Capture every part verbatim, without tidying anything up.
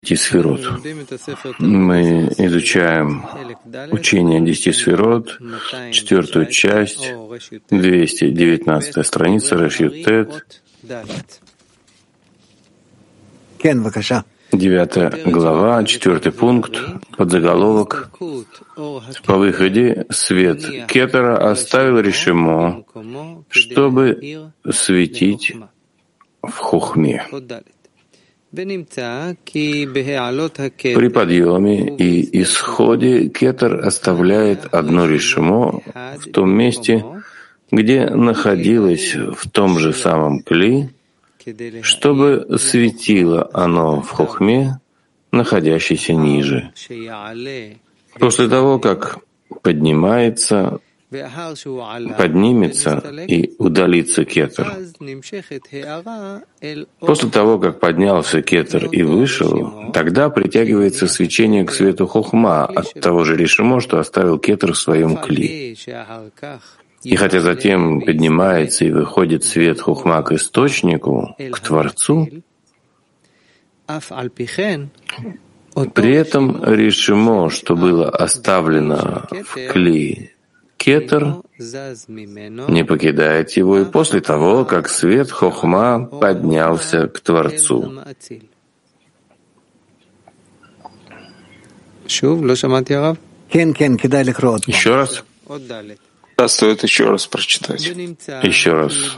десяти сферот. Мы изучаем учение десяти сферот, четвертую часть, двести девятнадцатая страница, Реш Ют Тет, девятая глава, четвертый пункт, подзаголовок. По выходе свет Кетера оставил Решимо, чтобы светить в Хохме. При подъеме и исходе Кетер оставляет одно Решимо в том месте, где находилось в том же самом Кли, чтобы светило оно в Хохме, находящейся ниже. После того, как поднимается, поднимется и удалится Кетер. После того, как поднялся Кетер и вышел, тогда притягивается свечение к свету Хохма от того же Решимо, что оставил Кетер в своем Кли. И хотя затем поднимается и выходит свет Хохма к источнику, к Творцу, при этом Решимо, что было оставлено в Кли Кетер, не покидает его и после того, как свет Хохма поднялся к Творцу. Еще раз? Да, стоит еще раз прочитать. Еще раз.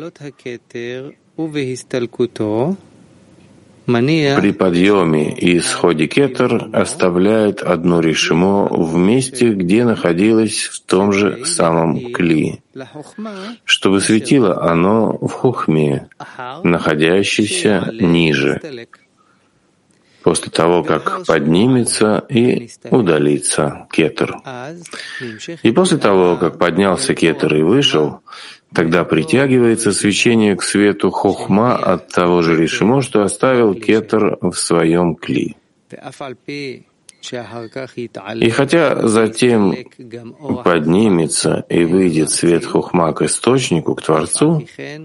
При подъеме и исходе Кетер оставляет одно Решимо в месте, где находилось в том же самом Кли, чтобы светило оно в Хохме, находящейся ниже, после того, как поднимется и удалится Кетер. И после того, как поднялся Кетер и вышел, тогда притягивается свечение к свету Хохма от того же Решимо, что оставил Кетер в своем Кли. И хотя затем поднимется и выйдет свет Хохма к источнику, к Творцу,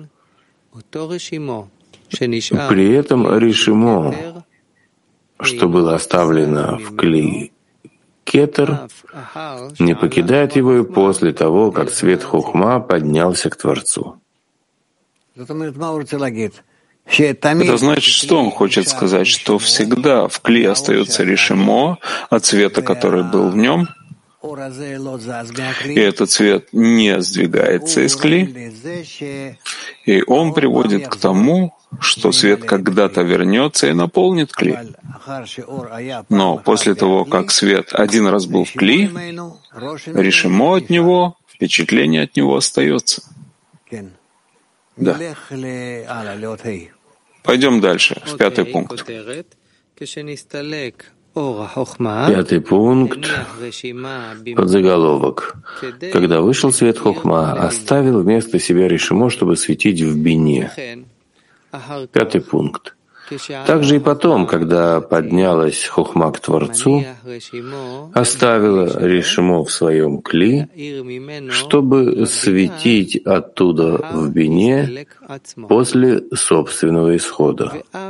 при этом Решимо, что было оставлено в Кли Кетер, не покидает его и после того, как свет Хохма поднялся к Творцу. Это значит, что он хочет сказать, что всегда в Кли остается Решимо от света, который был в нем, и этот свет не сдвигается из Кли, и он приводит к тому, что свет когда-то вернется и наполнит Кли. Но после того, как свет один раз был в Кли, Решимо от него, впечатление от него остается. Да. Пойдем дальше, в пятый пункт. Пятый пункт, подзаголовок. Когда вышел свет Хохма, оставил вместо себя Решимо, чтобы светить в Бине. Пятый пункт. Также и потом, когда поднялась Хохма к Творцу, оставила Решимо в своем Кли, чтобы светить оттуда в Бине после собственного исхода.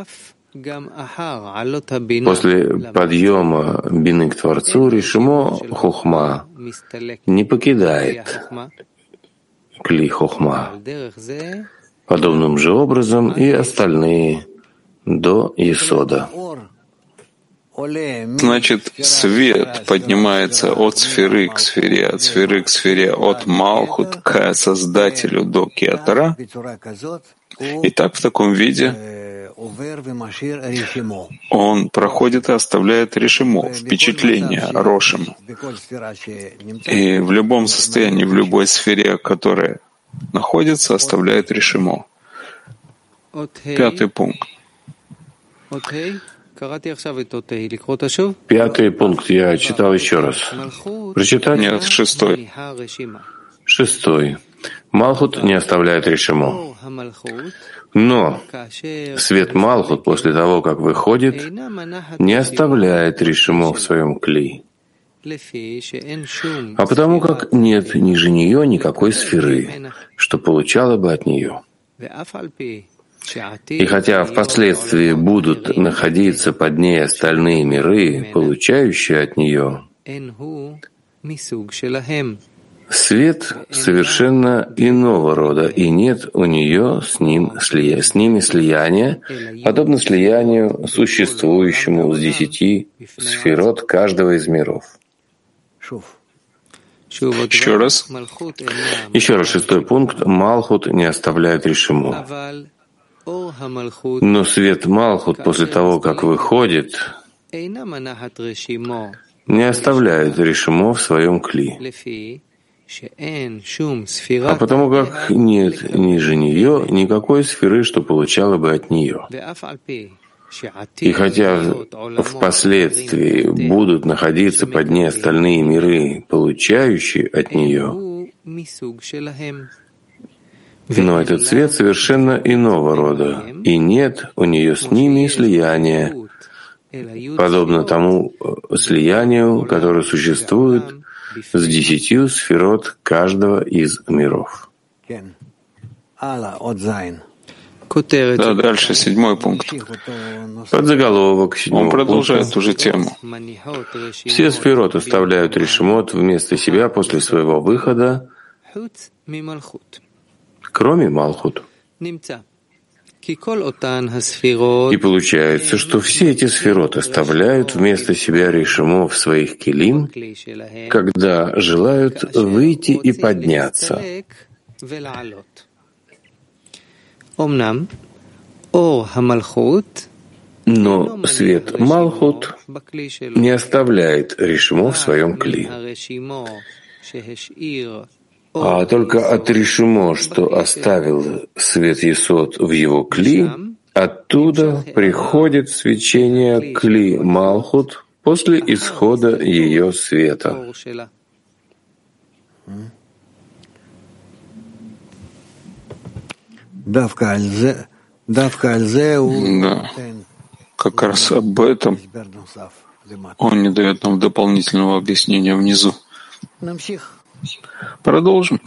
После подъема Бины к Творцу Решимо Хохма не покидает Кли Хохма. Подобным же образом и остальные до Есода. Значит, свет поднимается от сферы к сфере, от сферы к сфере, от Малхут к Создателю до Кетера. И так в таком виде он проходит и оставляет Решимо, впечатление Рошим. И в любом состоянии, в любой сфере, которая находится, оставляет Решимо. Пятый пункт. Пятый пункт я читал еще раз. Прочитать? Нет, шестой. Шестой. Малхут не оставляет Решимо. Но свет Малхут после того, как выходит, не оставляет Решимо в своем Кли. А потому как нет ниже нее никакой сферы, что получала бы от нее. И хотя впоследствии будут находиться под ней остальные миры, получающие от нее, свет совершенно иного рода, и нет у нее с, ним, слия, с ними слияния, подобно слиянию, существующему с десяти сферот каждого из миров. Еще раз. Еще раз, шестой пункт. Малхут не оставляет решиму. Но свет Малхут после того, как выходит, не оставляет решимо в своем кли. А потому как нет ниже нее никакой сферы, что получала бы от нее. И хотя впоследствии будут находиться под ней остальные миры, получающие от нее, но этот свет совершенно иного рода, и нет у нее с ними слияния, подобно тому слиянию, которое существует с десятью сферот каждого из миров. Да, дальше седьмой пункт. Подзаголовок седьмого Он продолжает пункта. ту же тему. Все сферот оставляют решимот вместо себя после своего выхода, кроме Малхут. И получается, что все эти сферот оставляют вместо себя решимо в своих келим, когда желают выйти и подняться. Но свет Малхут не оставляет решимо в своем кли, а только от решимо, что оставил свет Есод в его кли, оттуда приходит свечение кли Малхут после исхода ее света. Да, как раз об этом он не дает нам дополнительного объяснения внизу. Продолжим.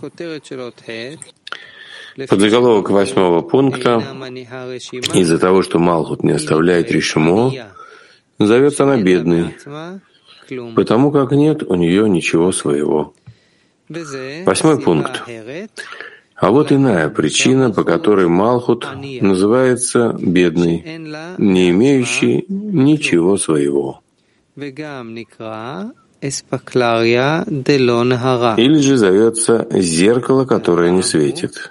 Подзаголовок восьмого пункта. Из-за того, что Малхут не оставляет решимо, зовется она бедной, потому как нет у нее ничего своего. Восьмой пункт. А вот иная причина, по которой Малхут называется бедной, не имеющей ничего своего. Или же зовется зеркало, которое не светит.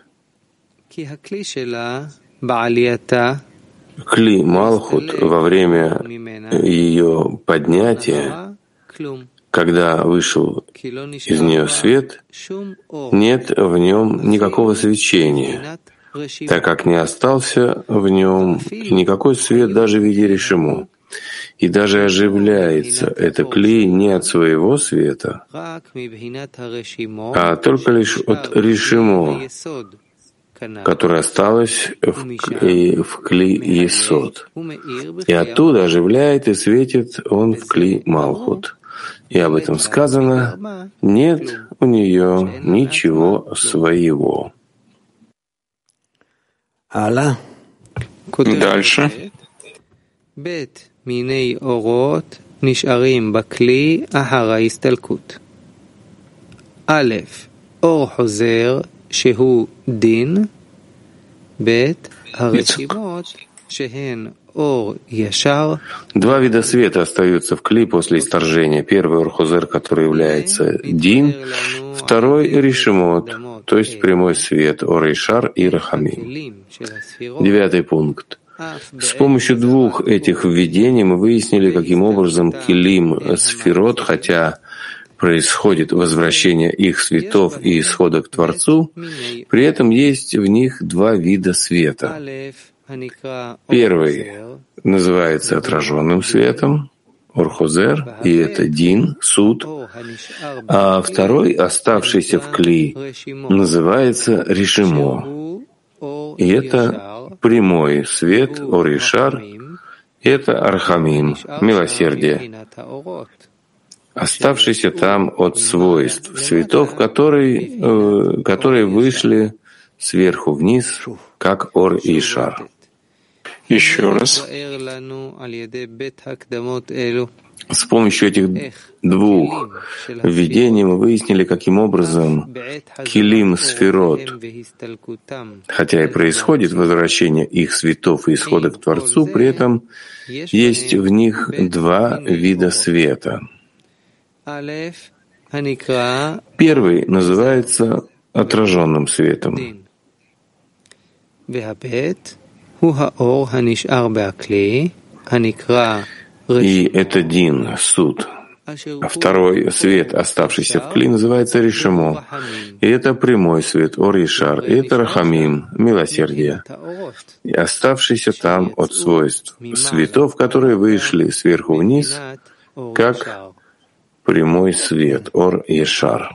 Кли Малхут во время ее поднятия, когда вышел из нее свет, нет в нем никакого свечения, так как не остался в нем никакой свет даже в виде решимо. И даже оживляется это кли не от своего света, а только лишь от решимо, которое осталось в кли, в кли Есод. И оттуда оживляет и светит он в кли Малхут. И об этом сказано: нет у нее ничего своего. Дальше. מיני אורות נשארים בכלי אחר ההסתלקות. א', אור חוזר שהוא דין, ב', הרשימות שהן אור ישר. Два вида света остаются в кли после исторжения. Первый — Ор-Хозер, который является дин, второй — решимот, то есть прямой свет, Ор-Ишар и Рахамим. Девятый пункт. С помощью двух этих введений мы выяснили, каким образом килим сферот, хотя происходит возвращение их светов и исхода к Творцу, при этом есть в них два вида света. Первый называется отраженным светом, Ор-Хозер, и это Дин, суд, а второй, оставшийся в кли, называется Решимо, и это прямой свет, Ор-Ишар, это Архамим, милосердие, оставшийся там от свойств светов, которые, э, которые вышли сверху вниз, как Ор-Ишар. Еще раз. С помощью этих двух введений мы выяснили, каким образом килим сферот, хотя и происходит возвращение их светов и исхода к Творцу, при этом есть в них два вида света. Первый называется отраженным светом, и это дин, суд. А второй свет, оставшийся в кли, называется решимо. И это прямой свет, ор ешар. И это рахамим, милосердие. И оставшийся там от свойств светов, которые вышли сверху вниз, как прямой свет, ор ешар.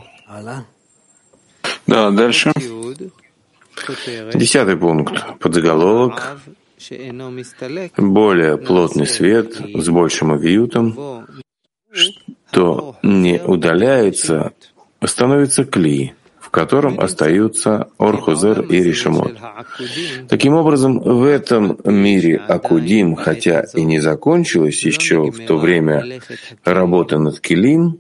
Да, дальше. Десятый пункт. Подзаголовок. Более плотный свет с большим авиютом, что не удаляется, становится кли, в котором остаются орхузер и решемот. Таким образом, в этом мире акудим, хотя и не закончилась еще в то время работа над килим,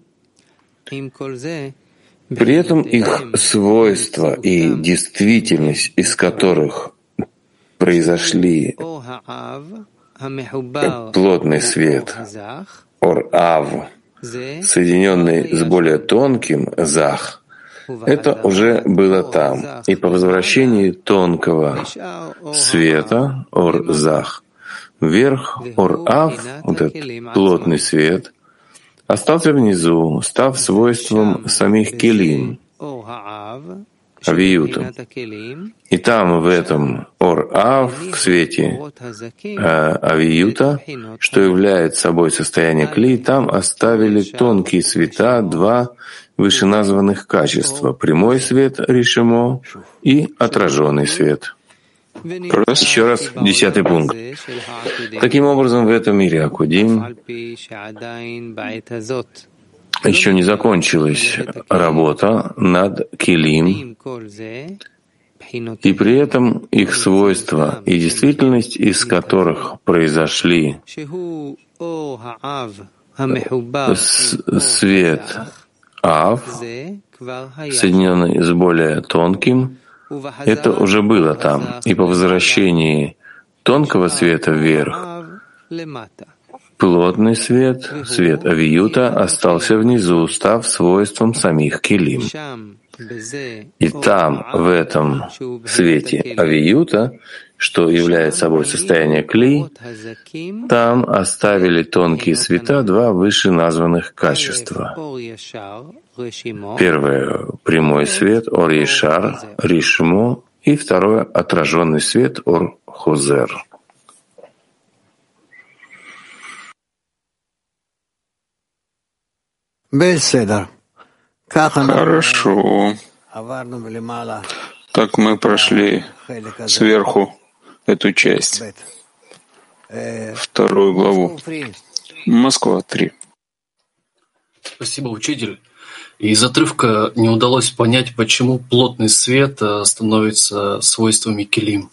при этом их свойства и действительность, из которых произошли плотный свет, ор-ав, соединенный с более тонким, зах, это уже было там. И по возвращении тонкого света, ор-зах, вверх, ор-ав, вот этот плотный свет, остался внизу, став свойством самих келим, авиютом. И там, в этом ор-ав, в свете э, авиюта, что является собой состояние кли, там оставили тонкие света, два вышеназванных качества — прямой свет, решимо, и отраженный свет. Еще раз, десятый пункт. Таким образом, в этом мире акудим еще не закончилась работа над килим, и при этом их свойства и действительность, из которых произошли свет ав, соединенный с более тонким, это уже было там. И по возвращении тонкого света вверх, плотный свет, свет авиюта, остался внизу, став свойством самих килим. И там, в этом свете авиюта, что является собой состояние кли, там оставили тонкие света два вышеназванных качества. Первое — прямой свет, ор-ешар, решимо, и второе — отраженный свет, ор-хозер. Хорошо. Так мы прошли сверху эту часть, вторую главу. Москва, три. Спасибо, учитель. Из отрывка не удалось понять, почему плотный свет становится свойствами килим.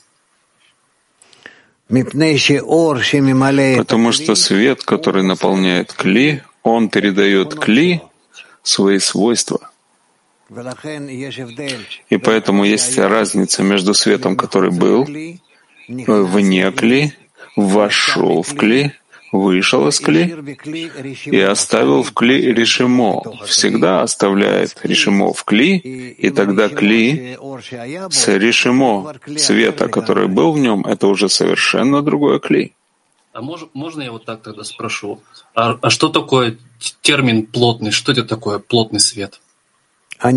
Потому что свет, который наполняет кли, он передает кли свои свойства. И поэтому есть разница между светом, который был вне кли, вошел в кли, вышел из кли и оставил в кли решимо. Всегда оставляет решимо в кли, и тогда кли с решимо света, который был в нем, это уже совершенно другое кли. А мож, можно я вот так тогда спрошу? А, а что такое термин «плотный»? Что это такое плотный свет? Я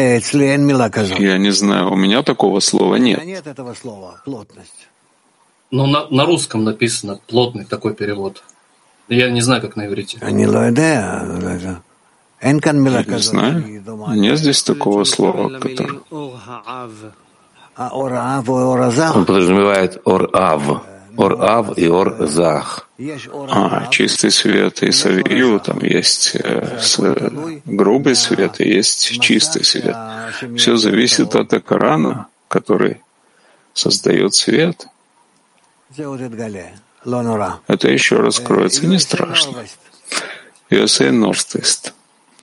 не знаю, у меня такого слова нет. Нет этого слова «плотность». Но на, на русском написано «плотный» такой перевод. Я не знаю, как на иврите. Я не знаю. Нет здесь такого слова, которое... Он подразумевает ор-ав. Ор-ав и ор-зах. А, чистый свет и савию, там есть э, с, грубый свет и есть чистый свет. Все зависит от Корана, который создает свет. Это еще раскроется, не страшно. Йосей Норстест.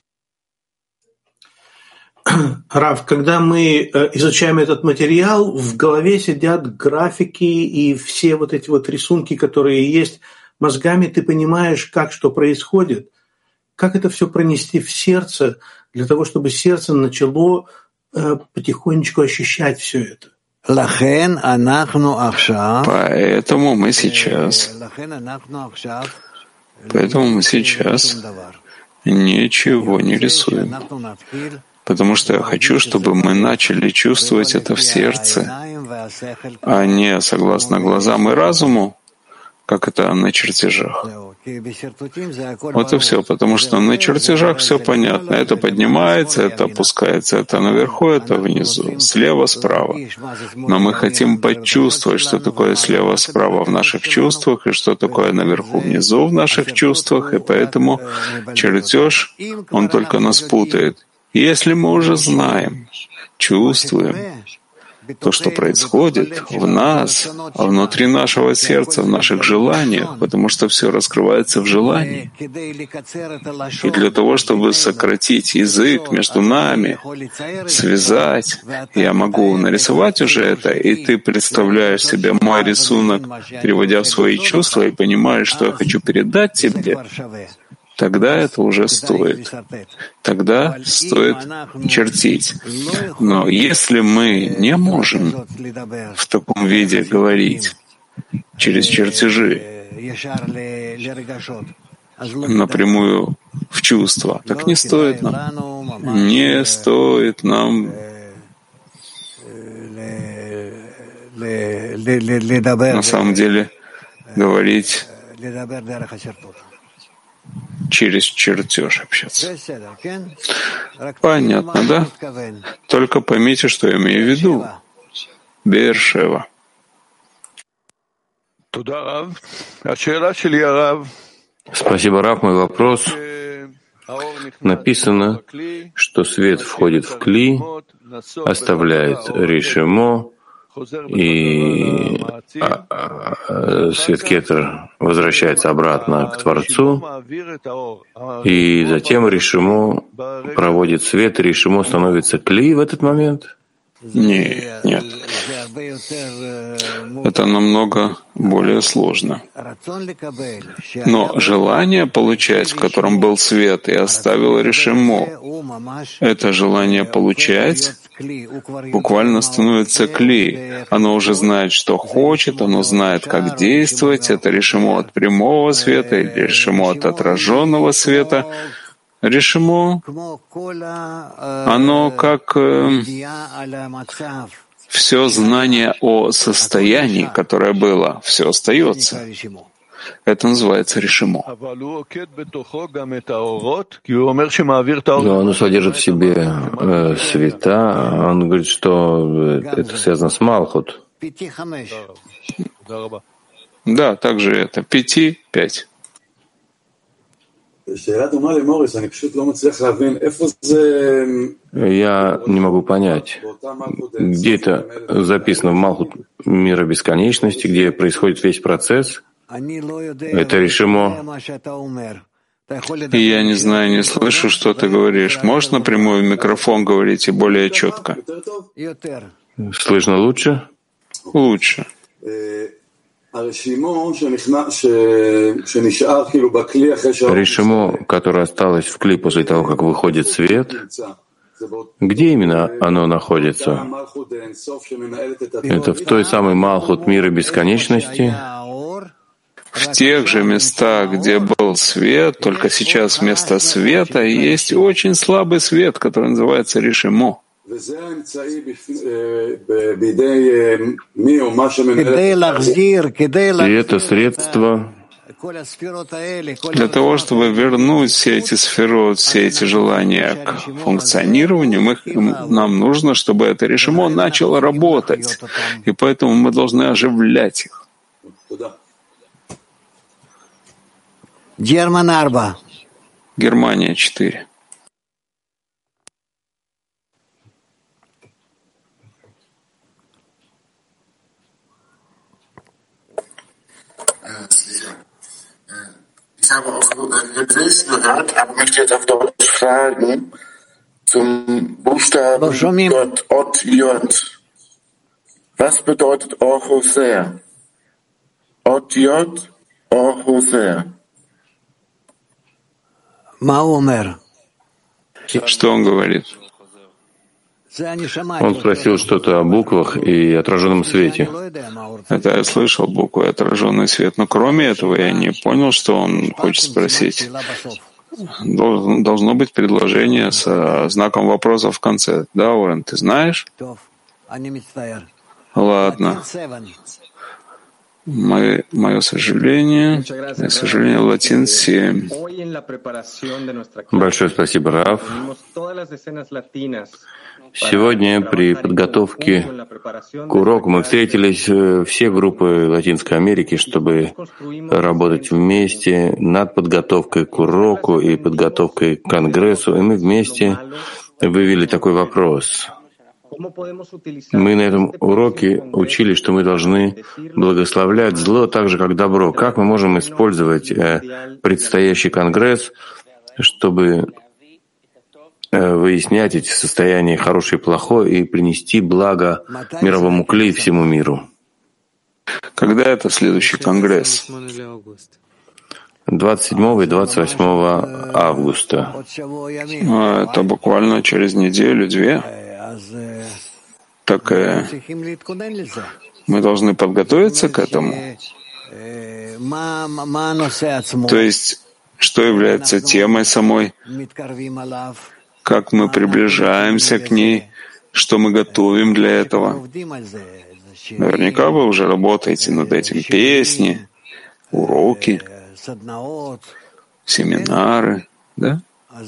Рав, когда мы изучаем этот материал, в голове сидят графики и все вот эти вот рисунки, которые есть мозгами, ты понимаешь, как что происходит, как это все пронести в сердце, для того, чтобы сердце начало э, потихонечку ощущать все это. Поэтому мы сейчас, поэтому мы сейчас ничего не рисуем. Потому что я хочу, чтобы мы начали чувствовать это в сердце, а не согласно глазам и разуму, как это на чертежах. Вот и все, потому что на чертежах все понятно. Это поднимается, это опускается, это наверху, это внизу, слева, справа. Но мы хотим почувствовать, что такое слева, справа в наших чувствах, и что такое наверху, внизу в наших чувствах, и поэтому чертеж, он только нас путает. Если мы уже знаем, чувствуем то, что происходит в нас, внутри нашего сердца, в наших желаниях, потому что все раскрывается в желании. И для того, чтобы сократить язык между нами, связать, я могу нарисовать уже это, и ты представляешь себе мой рисунок, переводя в свои чувства, и понимаешь, что я хочу передать тебе, тогда это уже стоит. Тогда стоит чертить. Но если мы не можем в таком виде говорить через чертежи напрямую в чувства, так не стоит нам. Не стоит нам на самом деле говорить через чертеж общаться. Понятно, да? Только поймите, что я имею в виду. Беэр-Шева. Спасибо, Рав. Мой вопрос. Написано, что свет входит в кли, оставляет решимо, и а, а, свет кетер возвращается обратно к Творцу, и затем решимо проводит свет, и решимо становится кли в этот момент? Нет, нет. Это намного более сложно. Но желание получать, в котором был свет и оставил решимо, это желание получать буквально становится кли. Оно уже знает, что хочет, оно знает, как действовать. Это решимо от прямого света или решимо от отраженного света. Решимо, оно как э, все знание о состоянии, которое было, все остается. Это называется решимо. Но оно содержит в себе э, света. Он говорит, что это связано с Малхут. Да, также это пяти, пять. Я не могу понять, где это записано в Малхут мира бесконечности, где происходит весь процесс. Это решимо. И я не знаю, не слышу, что ты говоришь. Можешь напрямую в микрофон говорить и более четко? Слышно лучше? Лучше. Решимо, которое осталось в кли после того, как выходит свет, где именно оно находится? Это в той самой Малхут мира бесконечности? В тех же местах, где был свет, только сейчас вместо света есть очень слабый свет, который называется решимо. И это средство для того, чтобы вернуть все эти сферы, все эти желания к функционированию, мы, нам нужно, чтобы это решимо начало работать. И поэтому мы должны оживлять их. Германия четыре. habe auch Hebräisch gehört, aber möchte jetzt auf Deutsch fragen zum Buchstaben J, Ot, J. Was bedeutet Or Hoser? Ot, J, Or Hoser. Что он говорит? Он спросил что-то о буквах и отраженном свете. Это я слышал, буквы и отраженный свет. Но кроме этого я не понял, что он хочет спросить. Должно быть предложение со знаком вопроса в конце. Да, Орен, ты знаешь? Ладно. Мое, мое сожаление, мое сожаление, латин семь. Большое спасибо, Рав. Сегодня при подготовке к уроку мы встретились все группы Латинской Америки, чтобы работать вместе над подготовкой к уроку и подготовкой к конгрессу, и мы вместе вывели такой вопрос. Мы на этом уроке учили, что мы должны благословлять зло так же, как добро. Как мы можем использовать предстоящий конгресс, чтобы выяснять эти состояния хорошее и плохое и принести благо мировому кли всему миру? Когда это следующий конгресс? двадцать седьмого и двадцать восьмого августа. Это буквально через неделю-две. Так э, мы должны подготовиться к этому. То есть, что является темой самой, как мы приближаемся к ней, что мы готовим для этого. Наверняка вы уже работаете над этим. Песни, уроки, семинары, да?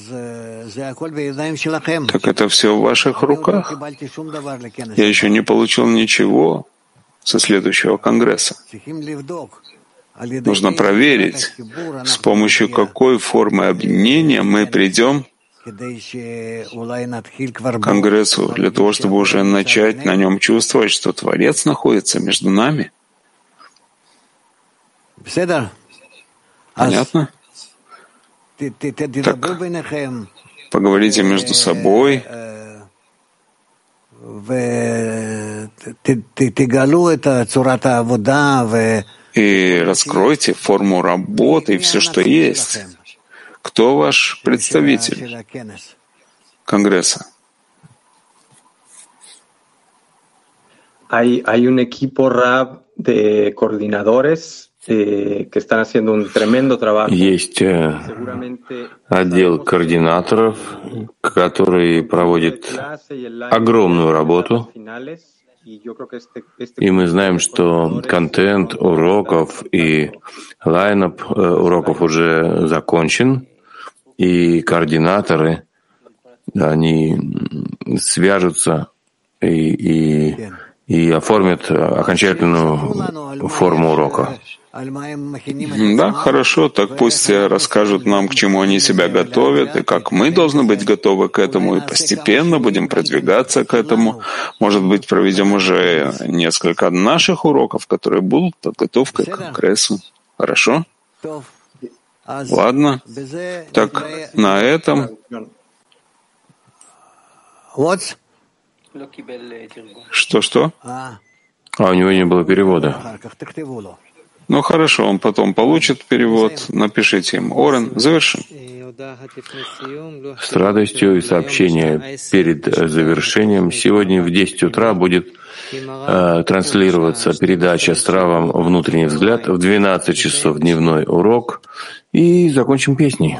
Так это все в ваших руках. Я еще не получил ничего со следующего конгресса. Нужно проверить, с помощью какой формы объединения мы придем к конгрессу, для того, чтобы уже начать на нем чувствовать, что Творец находится между нами. Понятно? Так, поговорите между собой и раскройте форму работы и все, что есть. Кто ваш представитель конгресса? Hay, hay un equipo Rab de coordinadores que están haciendo un tremendo trabajo. Есть отдел координаторов, который проводит огромную работу. И мы знаем, что контент уроков и лайнап уроков уже закончен, и координаторы, они свяжутся и, и, и оформят окончательную форму урока. Да, хорошо, так пусть расскажут нам, к чему они себя готовят, и как мы должны быть готовы к этому, и постепенно будем продвигаться к этому. Может быть, проведем уже несколько наших уроков, которые будут подготовкой к конгрессу. Хорошо? Ладно. Так, на этом... Что-что? А у него не было перевода. Ну хорошо, он потом получит перевод. Напишите им. Орен, завершим. С радостью и сообщение перед завершением. Сегодня в десять утра будет э, транслироваться передача с Равом «Внутренний взгляд», в двенадцать часов дневной урок, и закончим песней.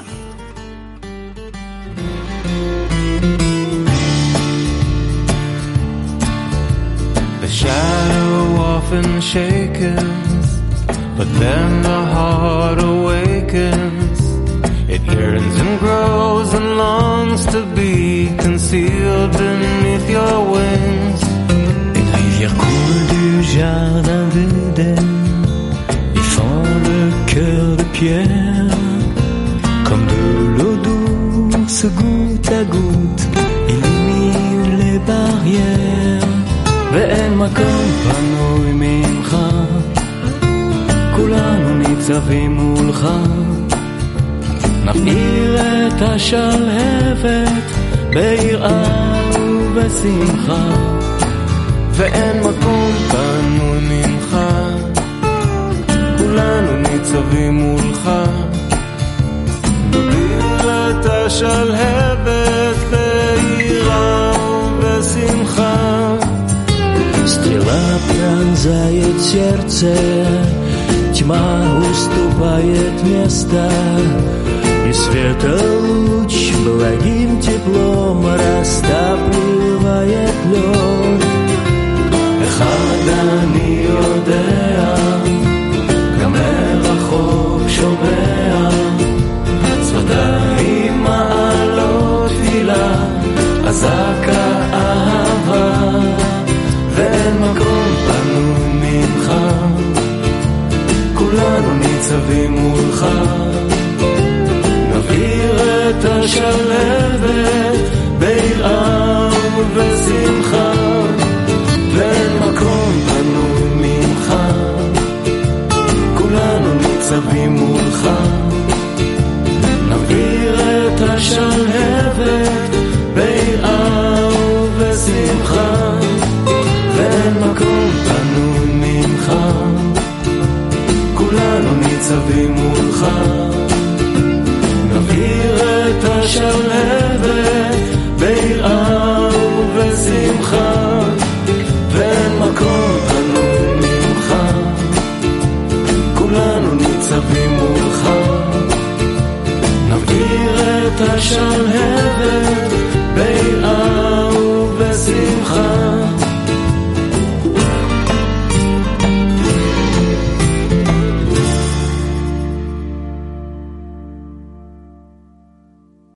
But then the heart awakens, it yearns and grows and longs to be concealed beneath your wings. Une rivière coule du jardin d'Éden, et fend le cœur de pierre, comme de l'eau douce goutte à goutte, illumine les barrières. ואין מקום פנוי ממך, כולנו ניצבים מולך, נפעיל את השלהבת ביראה ובשמחה, ואין מקום פנוי ממך, כולנו ניצבים מולך. נפעיל את השלהבת ביראה ובשמחה. Стрела пронзает сердце, тьма уступает место, и светолуч благим теплом растапливает лед. אחד אני יודע, גם מרחוק שומע, שפתיים מעלות תפילה, אזעקה אהבה, ואין מקום פנוי ממך, כולנו ניצבים מולך. נבעיר את השלהבת ביראה ובשמחה, ואין מקום פנוי ממך, כולנו ניצבים מולך. נבעיר את השלהבת ביראה ובשמחה, ואין מקום פנוי ממך, כולנו ניצבים מולך. נבעיר את השלהבת ביראה ובשמחה, ואין מקום פנוי ממך, כולנו ניצבים מולך. נבעיר את השלהבת ביראה